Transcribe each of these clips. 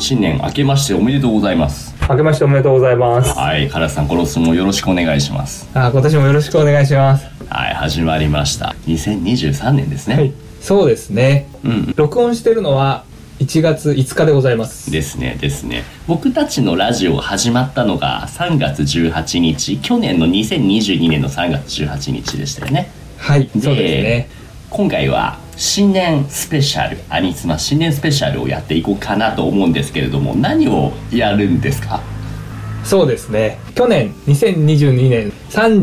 新年明けましておめでとうございます。 明けましておめでとうございます。 はい、唐津さん、今年もよろしくお願いします。 今年もよろしくお願いします。 はい、始まりました2023年ですね。 はい、そうですね、録音してるのは1月5日でございます。 ですね。僕たちのラジオが始まったのが3月18日、去年の2022年の3月18日でしたよね。 はい、そうですね。 今回は新年スペシャル、アニツマ新年スペシャルをやっていこうかなと思うんですけれども、何をやるんですか？ そうですね、去年2022年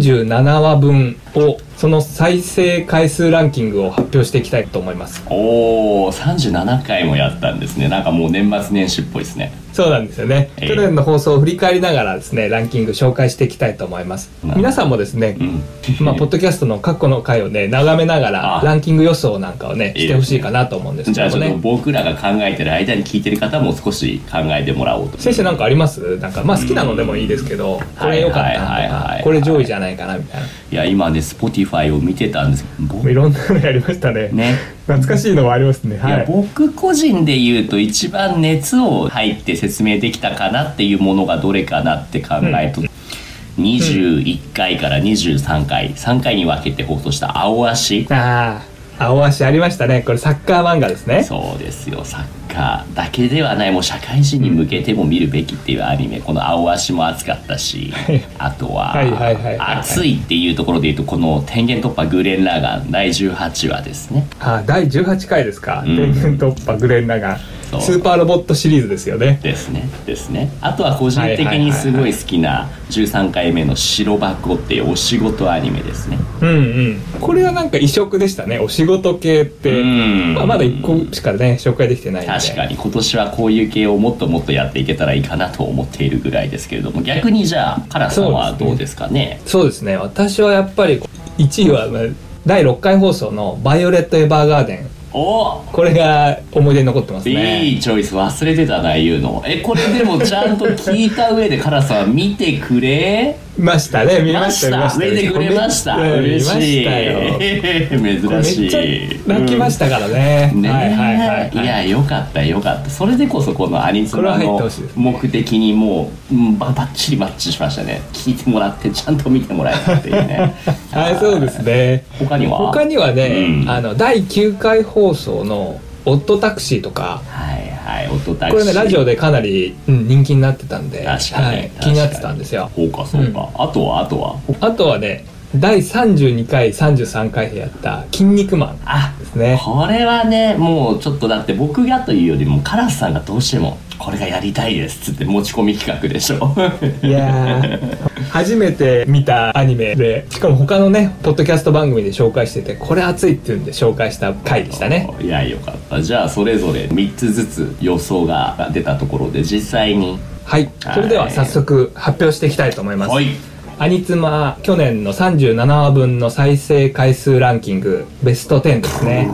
37話分をその再生回数ランキングを発表していきたいと思います。 おー、37回もやったんですね。なんかもう年末年始っぽいですね。 そうなんですよね、去年の放送を振り返りながらですね、ランキング紹介していきたいと思います。皆さんもですね、ポッドキャストの過去の回をね眺めながらランキング予想なんかをねしてほしいかなと思うんですけどもね。 じゃあちょっと僕らが考えてる間に聞いてる方も少し考えてもらおうと。 先生なんかあります？なんか好きなのでもいいですけど、これ良かったなとか、これ上位じゃないかなみたいな。 いや、今ね Spotify を見てたんですけど、 いろんなのやりましたね。懐かしいのもありますね。 いや、僕個人で言うと一番熱を入って説明できたかなっていうものがどれかなって考えると、21回から23回3回に分けて放送した青足。 青足ありましたね。これサッカー漫画ですね。 そうですよ、サッカーだけではない、もう社会人に向けても見るべきっていうアニメ。この青足も熱かったし、あとは熱いっていうところでいうと、この天元突破グレン・ラガン第18話ですね。 第18回ですか、天元突破グレン・ラガンスーパーロボットシリーズですよね。 ですね。あとは個人的にすごい好きな13回目の白箱っていうお仕事アニメですね。 これはなんか異色でしたね。お仕事系ってまだ1個しかね紹介できてないんで、 確かに今年はこういう系をもっともっとやっていけたらいいかなと思っているぐらいですけれども、逆にじゃあカラさんはどうですかね？ そうですね、私はやっぱり1位は第6回放送のバイオレット・エヴァーガーデン。これが思い出に残ってますね。 いいチョイス、忘れてたな言うの。これでもちゃんと聞いた上でカラさん見てくれましたね。見ました見てくれました。嬉しい。珍しい。 めっちゃ泣きましたからね。 いや、よかったそれでこそこのアニツマの目的にもうバッチリマッチしましたね。聞いてもらってちゃんと見てもらえたっていうね。 そうですね。 他にはね、第9回放送のオットタクシーとか、 オットタクシー、 これねラジオでかなり人気になってたんで、気になってたんですよ。 そうか、あとはね、第32回33回でやった筋肉マンですね。 これはね、もうちょっとだって僕がというよりもカラスさんがどうしてもこれがやりたいですっつって持ち込み企画でしょ。 いや初めて見たアニメで、しかも他のねポッドキャスト番組で紹介してて、これ熱いっていうんで紹介した回でしたね。 いや、よかった。じゃあそれぞれ3つずつ予想が出たところで実際にそれでは早速発表していきたいと思います。アニツマ去年の37話分の再生回数ランキングベスト10ですね。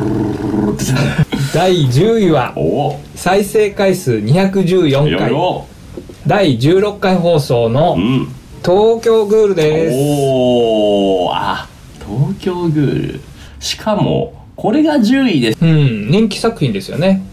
第10位は再生回数214回、第16回放送の東京グールです。 東京グール、しかもこれが10位です。 人気作品ですよね。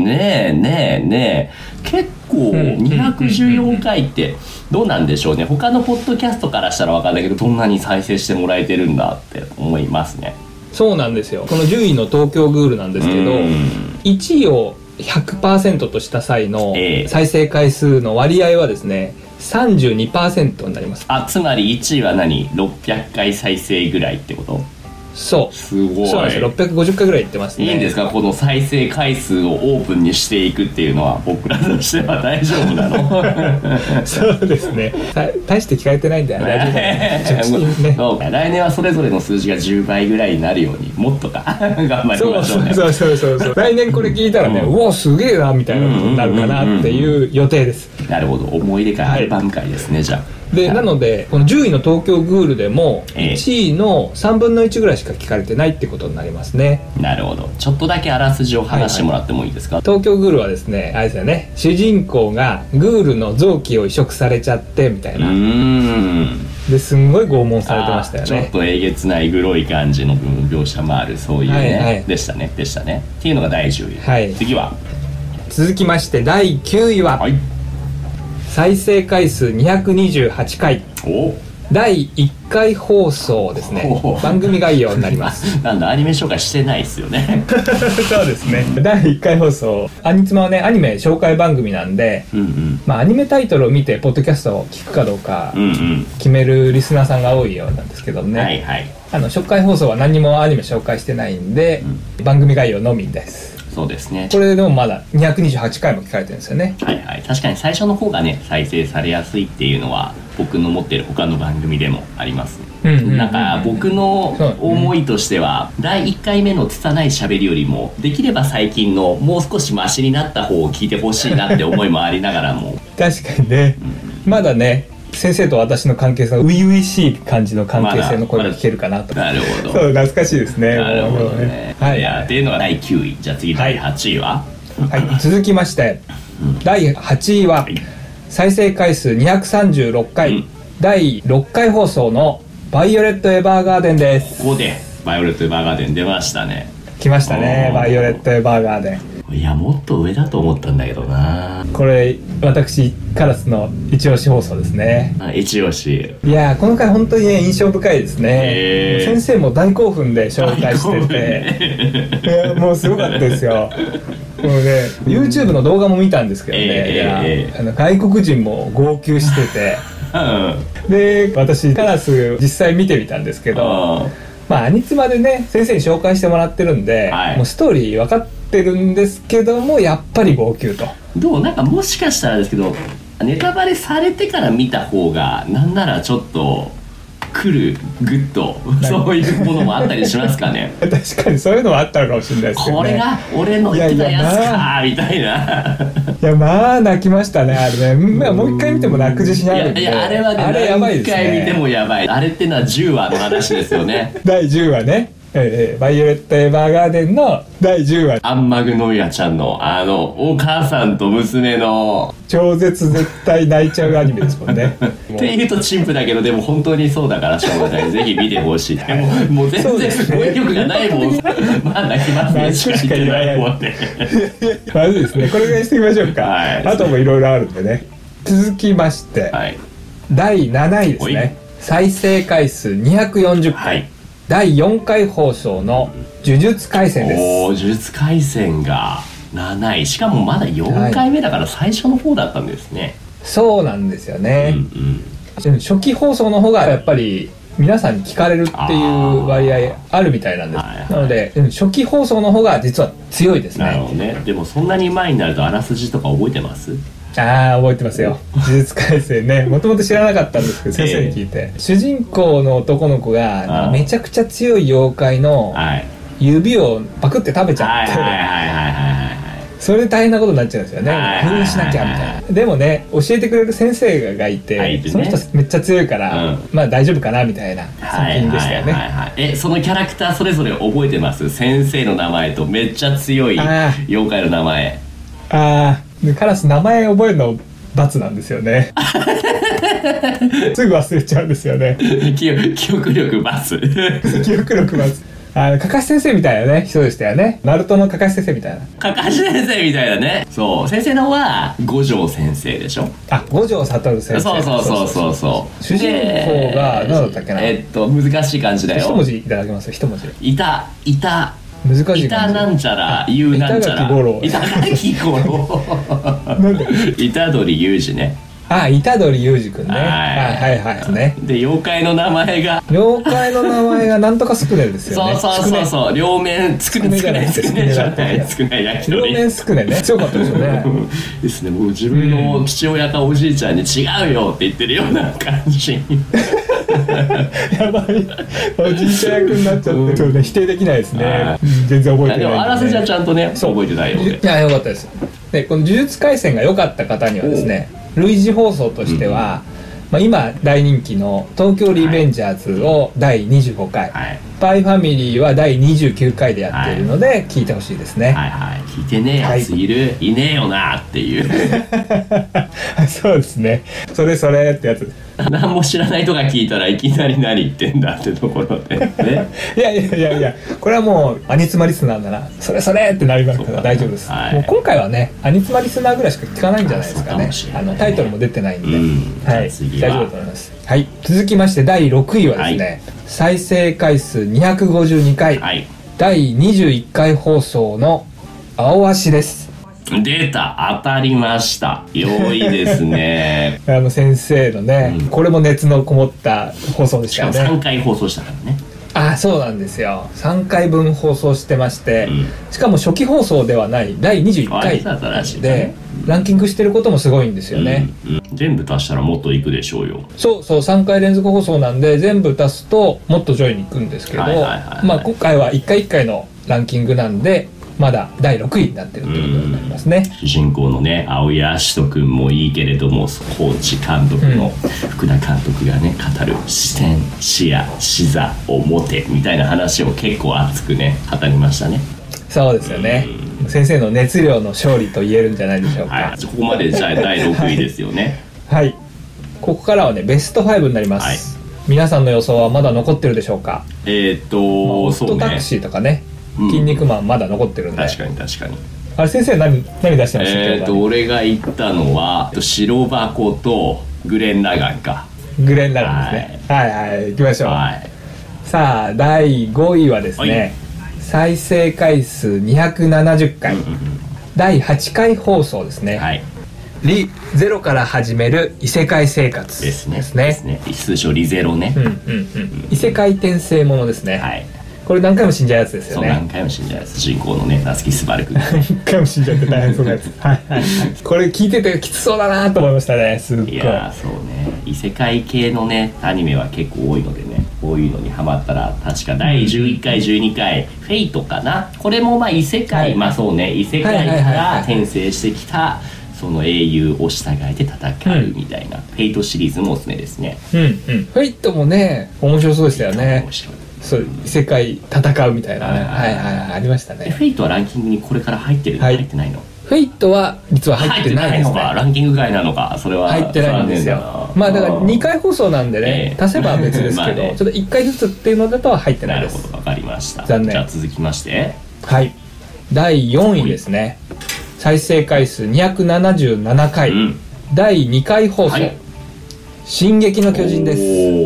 結構214回ってどうなんでしょうね。他のポッドキャストからしたら分かんないけど、どんなに再生してもらえてるんだって思いますね。 そうなんですよ。この10位の東京グールなんですけど、1位を 100% とした際の再生回数の割合はですね、32% になります。 つまり1位は600回再生ぐらいってこと？ そうすごい。 そうなんですよ。650回ぐらいいってますね。 いいんですか、この再生回数をオープンにしていくっていうのは。僕らとしては大丈夫なの？ そうですね、大して聞かれてないんだよね。 そうか、来年はそれぞれの数字が10倍ぐらいになるようにもっと頑張りましょうね。 そう来年これ聞いたらね、うわすげえなみたいなことになるかなっていう予定です。 なるほど、思い出会アルバム会ですね。じゃあなのでこの10位の東京グールでも1位の3分の1ぐらいしか聞かれてないってことになりますね。 なるほど。ちょっとだけあらすじを話してもらってもいいですか？ 東京グールはですね、あれですよね、主人公がグールの臓器を移植されちゃってみたいな、ですんごい拷問されてましたよね。 ちょっとえげつないグロい感じの描写もある、そういうね、でしたねっていうのが第10位、次は続きまして第9位は、再生回数228回、第1回放送ですね。番組概要になりますなんだ、アニメ紹介してないですよねそうですね。第1回放送、アニツマはね、アニメ紹介番組なんで、アニメタイトルを見てポッドキャストを聞くかどうか決めるリスナーさんが多いようなんですけどもね、初回放送は何もアニメ紹介してないんで、番組概要のみです。 そうですね。 これでもまだ228回も聞かれてるんですよね。 確かに最初の方がね、再生されやすいっていうのは僕の持ってる他の番組でもあります。なんか僕の思いとしては、第1回目の拙い喋りよりもできれば最近のもう少しマシになった方を聞いてほしいなって思いもありながらも確かにね、まだね、先生と私の関係性が初々しい感じの関係性の声が聞けるかなと。 なるほど。 そう、懐かしいですね。 なるほどね。っていうのが第9位。じゃあ次第8位は、 続きまして第8位は、再生回数236回、第6回放送のバイオレット・エヴァーガーデンです。 ここでバイオレット・エヴァーガーデン出ましたね。 来ましたね、バイオレット・エヴァーガーデン。 いや、もっと上だと思ったんだけどな。 これ私カラスの一押し放送ですね。 一押し。 いや、この回本当にね、印象深いですね。先生も大興奮で紹介しててもうすごかったですよ。もうね、YouTube の動画も見たんですけどね、外国人も号泣しててで、私カラス実際見てみたんですけど、アニツマでね、先生に紹介してもらってるんで、もうストーリー分かってるんですけども、やっぱり号泣と。 なんかもしかしたらですけど、ネタバレされてから見た方がなんならちょっと来る、グッとそういうものもあったりしますかね確かにそういうのもあったのかもしれないですけどね。 これが俺の言ってたやつかみたいな。 いや、泣きましたね、あれね。もう一回見ても泣く自信あるんで。 あれはね、 あれやばいですね。 何回見てもやばい。あれってのは10話の話ですよね第10話ね、バイオレット・エヴァーガーデンの第10話、 アンマグノイアちゃんのお母さんと娘の超絶絶対泣いちゃうアニメですもんねっていうと陳腐だけど、でも本当にそうだからしょうがない。ぜひ見てほしい。もう全然語彙力がないもん泣きますねしか言ってないもんねまずですね、これぐらいしていきましょうか。あともいろいろあるんでね。続きまして、第7位ですね。再生回数240回、第4回放送の呪術廻戦です。 呪術廻戦が7位。しかもまだ4回目だから最初の方だったんですね。 そうなんですよね。初期放送の方がやっぱり皆さんに聞かれるっていう割合あるみたいなんです。なので初期放送の方が実は強いですね。 なるほどね。でもそんなに前になるとあらすじとか覚えてます？ 覚えてますよ。呪術廻戦ね、もともと知らなかったんですけど、先生に聞いて、主人公の男の子がめちゃくちゃ強い妖怪の指をパクって食べちゃって、それで大変なことになっちゃうんですよね。封印しなきゃみたいな。でもね、教えてくれる先生がいて、その人めっちゃ強いから、大丈夫かなみたいな作品でしたよね。 そのキャラクターそれぞれ覚えてます？先生の名前とめっちゃ強い妖怪の名前。 カラス名前覚えるの罰なんですよねすぐ忘れちゃうんですよね記憶力罰記憶力罰。かかし先生みたいなね人でしたよね。ナルトのかかし先生みたいな。 かかし先生みたいなね。そう、先生のは五条先生でしょ。 五条悟先生。 そう主人公が何だったっけな。 難しい漢字だよ。 一文字いただけます？一文字。 いた難しい感じ。 板なんちゃら、ゆうなんちゃら。板垣五郎。 なんで？ 板鳥裕二ね。 虎杖裕二くんね。はいね。 で、妖怪の名前がなんとかスクネですよね。 そう、両面つくねじゃないですね。 両面スクネね。強かったですよね。 ですね。もう自分の父親かおじいちゃんに違うよって言ってるような感じ。 やばい、おじいちゃん役になっちゃって、否定できないですね。全然覚えてない。 でもあらすじはちゃんとね覚えてないようで。 いや、よかったです。で、この呪術廻戦が良かった方にはですね、類似放送としては、今大人気の東京リベンジャーズを第25回、スパイファミリーは第29回でやっているので聞いてほしいですね。 聞いてねえやついねえよなっていうそうですね、それってやつ。 何も知らない人が聞いたらいきなり何言ってんだってところでねいやこれはもうアニツマリスナーならそれってなりますから大丈夫です、はい、もう今回はねアニツマリスナーぐらいしか聞かないんじゃないですかね。タイトルも出てないんで、はい、大丈夫だと思います。はい、続きまして第6位はですね、はい、再生回数252回、はい、第21回放送の青足です。 出た、当たりました。良いですね先生のね、これも熱のこもった放送でしたよね。 しかも3回放送したからね。 そうなんですよ。3回分放送してまして、しかも初期放送ではない第21回でランキングしてることもすごいんですよね、 全部足したらもっといくでしょうよ。 そう3回連続放送なんで全部足すともっと上位に行くんですけど、今回は1回1回のランキングなんでまだ第6位になってるということになりますね。 主人公のね青谷葦人君もいいけれども、コーチ監督の福田監督がね語る視点視野視座を持てみたいな話を結構熱くね語りましたね。 そうですよね、先生の熱量の勝利と言えるんじゃないでしょうか、 はい、ここまでじゃあ第6位ですよねはい、ここからはねベスト5になります、はい、皆さんの予想はまだ残ってるでしょうか。 オットタクシーとかね、筋肉マンまだ残ってるんで、 確かにあれ先生何出してましたっけ。 俺が言ったのは白箱とグレン・ラガンか。 グレン・ラガンですね。はい行きましょう、はい、さあ第5位はですね、再生回数270回、第8回放送ですね、はい、ゼロから始める異世界生活ですね。 通称リゼロね、 異世界転生ものですね、はい、これ何回も死んじゃうやつですよね。 何回も死んじゃうやつ、主人公のね夏木すばるくん何回も死んじゃって大変そうなやつはいこれ聞いててきつそうだなと思いましたね。すっごい。いやそうね、異世界系のねアニメは結構多いのでね、こういうのにハマったら確か第11回12回フェイトかな、これもまあ異世界、そうね異世界から転生してきたその英雄を従えて戦うみたいな、フェイトシリーズもおすすめですね。 フェイトもね面白そうでしたよね。面白い。そう異世界戦うみたいなね、ありましたね。 フェイトはランキングにこれから入ってるの、入ってないの？ フェイトは実は入ってないですね。 のかランキング外なのか、それは入ってないんですよ。まあだから2回放送なんでね、足せば別ですけど、ちょっと1回ずつっていうのだとは入ってないです。 なるほど、わかりました。 残念。 じゃあ続きましてはい第4位ですね、再生回数277回、第2回放送、進撃の巨人です。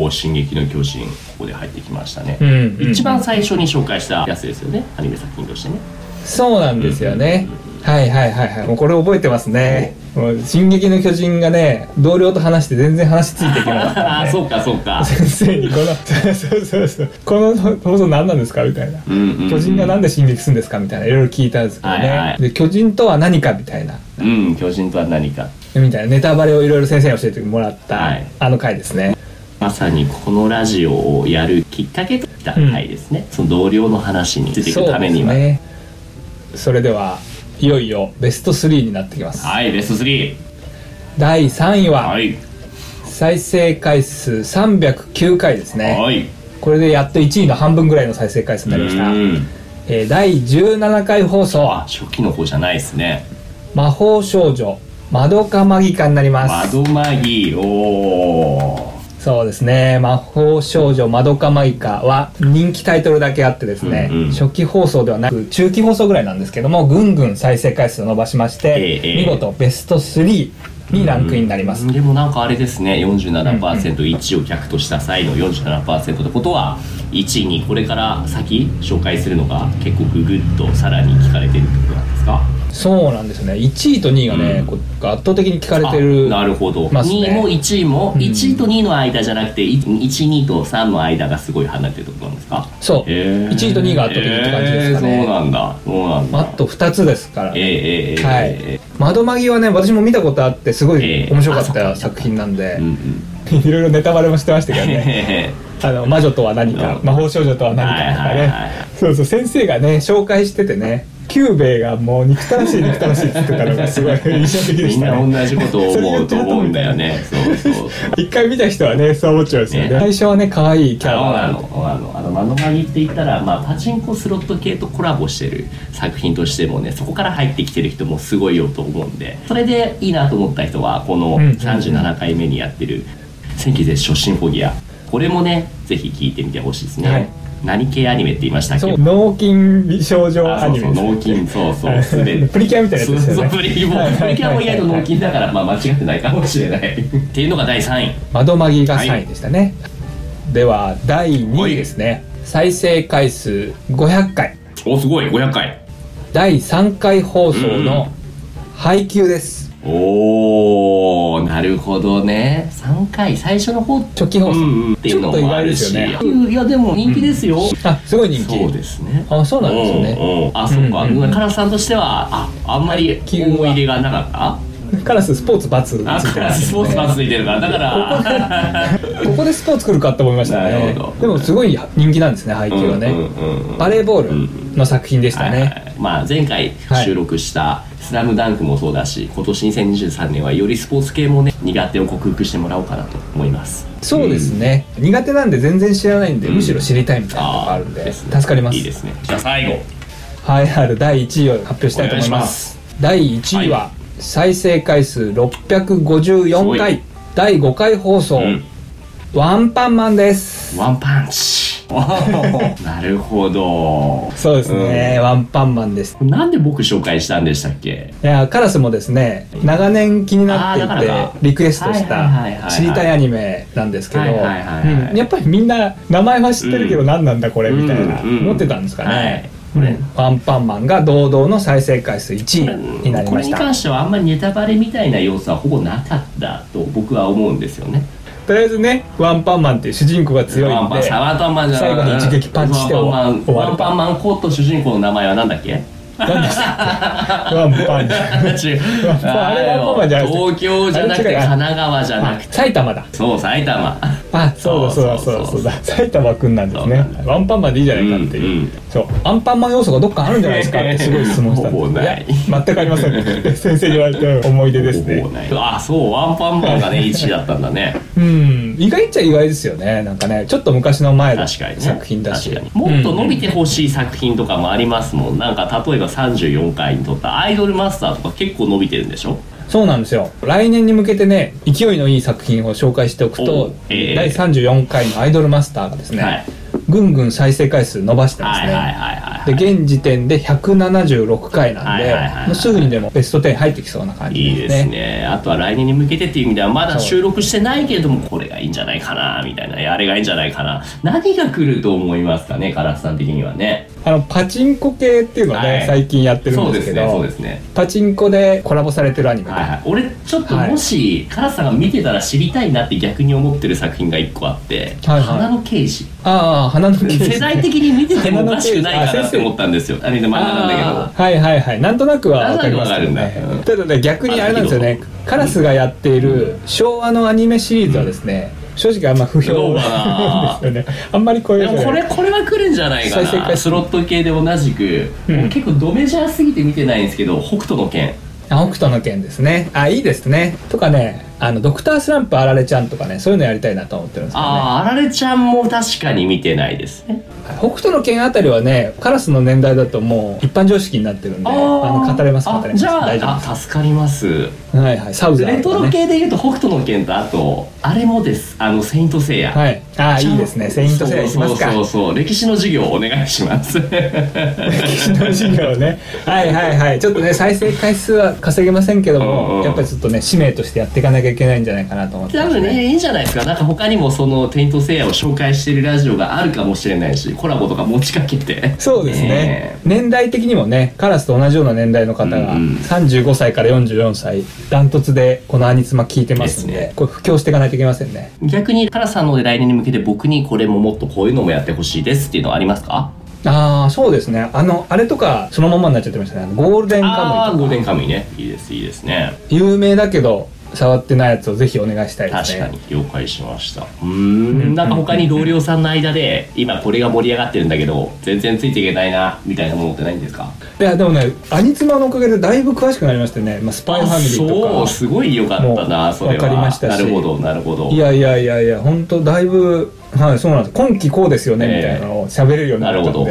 進撃の巨人、ここで入ってきましたね、一番最初に紹介したやつですよね、アニメ作品としてね。 そうなんですよね、もうこれ覚えてますね。もう進撃の巨人がね同僚と話して全然話ついていけなかったんでそうか先生にこの放送何なんですかみたいな、巨人がなんで進撃するんですかみたいないろいろ聞いたんですけどね、で巨人とは何かみたいな、 巨人とは何かみたいなネタバレをいろいろ先生に教えてもらった、あの回ですね。 まさにこのラジオをやるきっかけとなった回ですね、その同僚の話についていくためには。 それではいよいよベスト3になってきます。 ベスト3。 第3位は、再生回数309回ですね。これでやっと1位の半分ぐらいの再生回数になりました。第17回放送。 初期の方じゃないですね。 魔法少女まどかマギカになります。 まどマギ、 そうですね、魔法少女まどかマギカは人気タイトルだけあってですね、初期放送ではなく中期放送ぐらいなんですけども、ぐんぐん再生回数を伸ばしまして、見事ベスト3にランクインになります。 でもなんかあれですね、47%、1を逆とした際の 47% ってことは、1位にこれから先紹介するのが結構ググッとさらに聞かれてるってことなんですか？ そうなんですよね。1位と2位がね、圧倒的に聞かれてる。 なるほど。2位も1位も、1位と2位の間じゃなくて1、2と3の間がすごい離れてるってことなんですか？ そう、1位と2位が圧倒的って感じですかね。 そうなんだ。 あと2つですからね。窓マギはね私も見たことあってすごい面白かった作品なんで、いろいろネタバレもしてましたけどね魔女とは何か、魔法少女とは何かとかね、そう先生がね紹介しててね、キューベイがもう憎たらしいって言ってたのがすごい印象的でしたね。 みんな同じことを思うと思うんだよね。そう一回見た人はねそう思っちゃうんですよね。最初はね可愛いキャラマノマギって言ったら、パチンコスロット系とコラボしてる作品としてもね、そこから入ってきてる人もすごいよと思うんで、それでいいなと思った人はこの37回目にやってる千機絶唱シンフォギア、これもねぜひ聞いてみてほしいですね、はい、何系アニメって言いましたっけ？ そう、脳筋美少女アニメです、ね、 脳筋、そうすべてプリキュアみたいなやつですよね。 プリキュアも意外と脳筋だから、まあ、間違ってないかもしれないっていうのが第3位。 窓マギが3位でしたね、はい、では第2位ですね、再生回数500回。 お、すごい、500回。 第3回放送の配給です、 おー、なるほどね。3回最初の方初期放送、 っていうのもあるし、いやでも人気ですよ、 あ、すごい人気。 そうですね。 あ、そうなんですよね。 あ、そうか。カラスさんとしてはあんまり思い入れがなかった。 カラススポーツバツついてる、 カラススポーツバツついてるから、だからここでスポーツ来るかと思いましたね。でもすごい人気なんですね、配給はね。バレーボールの作品でしたね。 まあ前回収録したスラムダンクもそうだし、今年2023年はよりスポーツ系もね、苦手を克服してもらおうかなと思います。 そうですね、苦手なんで全然知らないんで、むしろ知りたいみたいなのがあるんで助かります。 いいですね。じゃあ最後、 はい、ある第1位を発表したいと思います。第1位は、再生回数654回、第5回放送、ワンパンマンです。 ワンパンチなるほど。 そうですね、ワンパンマンです。 なんで僕紹介したんでしたっけ？ いや、カラスもですね、長年気になっていてリクエストした知りたいアニメなんですけど、やっぱりみんな名前は知ってるけど何なんだこれみたいな思ってたんですかね。ワンパンマンが堂々の再生回数1位になりました。 これに関してはあんまりネタバレみたいな要素はほぼなかったと僕は思うんですよね。 とりあえずね、ワンパンマンっていう主人公が強いんで、最後に一撃パンチして終わる。 ワンパンマンコート主人公の名前は何だっけ？ 何でしたっけ？ワンパンじゃん。あれワンパンマンじゃなくて、 東京じゃなくて神奈川じゃなくて埼玉だ。 そう、埼玉。 あ、そうだ、埼玉くんなんですね。ワンパンマンでいいじゃないかっていう。そう、アンパンマン要素がどっかあるんじゃないですかってすごい質問したんです。いや、全くありません。先生に言われた思い出ですね。 あ、そう、ワンパンマンがね1位だったんだね。 意外っちゃ意外ですよね。なんかね、ちょっと昔の前の作品だし、 もっと伸びてほしい作品とかもありますもん。なんか例えば34回に撮ったアイドルマスターとか結構伸びてるんでしょ？ そうなんですよ。来年に向けてね、勢いのいい作品を紹介しておくと、第34回のアイドルマスターがですね、ぐんぐん再生回数伸ばしてますね。で、現時点で176回なんで、もうすぐにでもベスト10入ってきそうな感じですね。 いいですね。あとは来年に向けてっていう意味ではまだ収録してないけれども、これがいいんじゃないかなみたいな、あれがいいんじゃないかな、何が来ると思いますかね、カラスさん的にはね。 パチンコ系っていうのをね、最近やってるんですけど、 そうですね。 パチンコでコラボされてるアニメで、 俺ちょっともし、カラスさんが見てたら知りたいなって逆に思ってる作品が1個あって、花の刑事。ああ、花の刑事。世代的に見ててもおかしくないかなって思ったんですよ。あれで漫画なんだけど。はい、なんとなくは分かりますけどね。ただね、逆にあれなんですよね、カラスがやっている昭和のアニメシリーズはですね、正直あんま不評なんですよね。あんまりこういうこれは来るんじゃないかな。スロット系で同じく、結構ドメジャーすぎて見てないんですけど、北斗の拳。 北斗の拳ですね。いいですね。とかね、ドクタースランプあられちゃんとかね、そういうのやりたいなと思ってるんですけどね。 あられちゃんも確かに見てないですね。 北斗の拳あたりはね、カラスの年代だともう一般常識になってるんで、語れます。 じゃあ助かります。 はい、サウザーとかね。 レトロ系でいうと北斗の拳と、あとあれもです。セイントセイヤ。 はい。いいですね。セイントセイヤいきますか。 そう、歴史の授業お願いします。歴史の授業ね。はい。ちょっとね、再生回数は稼げませんけども、やっぱりちょっとね、使命としてやっていかなきゃいけないんじゃないかなと思ってますね。多分ね、いいんじゃないですか。なんか他にもそのセイントセイヤを紹介してるラジオがあるかもしれないし、コラボとか持ちかけて。 そうですね。年代的にもね、カラスと同じような年代の方が35歳から44歳ダントツでこのアニツマ聞いてますんで、これ布教していかないといけませんね。 逆にカラスさんの来年に向けて僕にこれももっとこういうのもやってほしいですっていうのはありますか？ そうですね。あれとかそのままになっちゃってましたね。ゴールデンカムイとか。 ゴールデンカムイね。いいですね。 有名だけど触ってないやつをぜひお願いしたいですね。 確かに了解しました。なんか他に同僚さんの間で今これが盛り上がってるんだけど全然ついていけないなみたいなものってないんですか？ いやでもね、アニツマのおかげでだいぶ詳しくなりましてね、スパイファミリーとかそうすごい良かったな。それは分かりましたし、 なるほど。 いや本当だいぶ、そうなんです。今期こうですよねみたいなのを喋れるようになったので、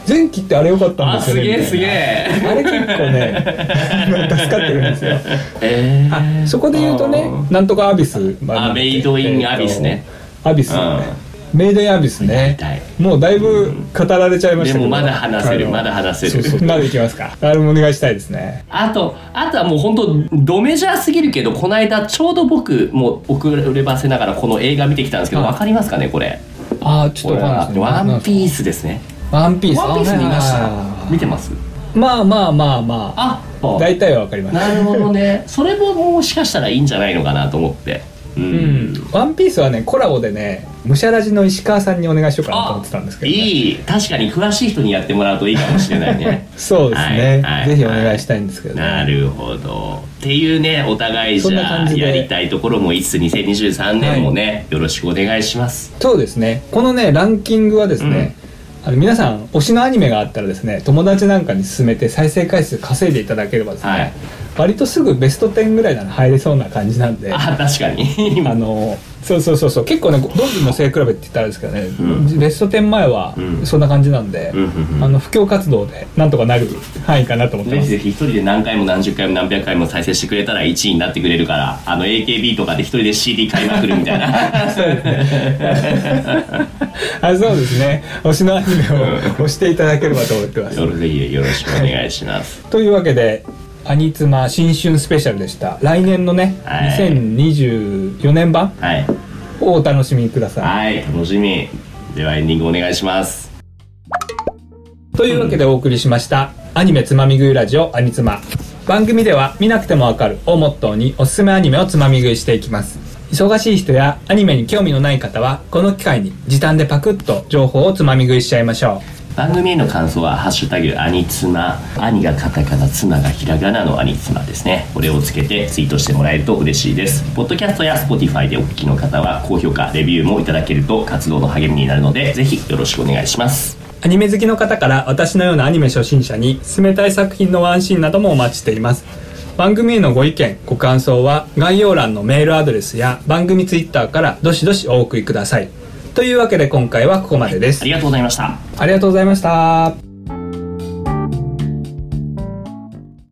前期ってあれ良かったんですよね。 すげえすげえ。 あれ結構ね助かってるんですよ。そこで言うとね、なんとかアビス、 メイドインアビスね。 アビス、メイドインアビスね。もうだいぶ語られちゃいましたけど。 でもまだ話せる、まだ話せる。 まだいきますか。あれもお願いしたいですね。 あとはもう本当ドメジャーすぎるけど、この間ちょうど僕も遅ればせながらこの映画見てきたんですけど、わかりますかねこれ。 ちょっとわかんないですね。 ワンピースですね。 ワンピース見ました。見てます？ まあ大体はわかります。 なるほどね。それももしかしたらいいんじゃないのかなと思って。 ワンピースはね、コラボでね、むしゃらじの石川さんにお願いしようかなと思ってたんですけど、 確かに詳しい人にやってもらうといいかもしれないね。 そうですね、ぜひお願いしたいんですけどね。 なるほど。っていうね、お互いじゃあやりたいところもいつつ2023年もね、よろしくお願いします。 そうですね。このねランキングはですね、皆さん推しのアニメがあったらですね、友達なんかに勧めて再生回数稼いでいただければですね、割とすぐベスト10ぐらいなら入れそうな感じなんで。 確かに。 そう結構ね、ドンキの背比べって言ったらですけどね、ベスト10前はそんな感じなんで、布教活動でなんとかなる範囲かなと思ってます。 ぜひぜひ一人で何回も何十回も何百回も再生してくれたら1位になってくれるから、AKB とかで一人で CD 買いまくるみたいな。 そうですね。そうですね。推しのアニメを推していただければと思ってます。 ぜひよろしくお願いします。 というわけで、アニツマ新春スペシャルでした。来年のね、2024年版をお楽しみください。 楽しみ。ではエンディングお願いします。 というわけでお送りしました、アニメつまみ食いラジオアニツマ。番組では見なくてもわかるをモットーにおすすめアニメをつまみ食いしていきます。忙しい人やアニメに興味のない方はこの機会に時短でパクッと情報をつまみ食いしちゃいましょう。 番組への感想はハッシュタグアニツマ、兄がカタカナ、妻がひらがなのアニツマですね。これをつけてツイートしてもらえると嬉しいです。ポッドキャストや Spotify でお聞きの方は高評価レビューもいただけると活動の励みになるので、ぜひよろしくお願いします。 アニメ好きの方から私のようなアニメ初心者に勧めたい作品のワンシーンなどもお待ちしています。番組へのご意見ご感想は概要欄のメールアドレスや番組ツイッターからどしどしお送りください。というわけで今回はここまでです。 ありがとうございました。 ありがとうございました。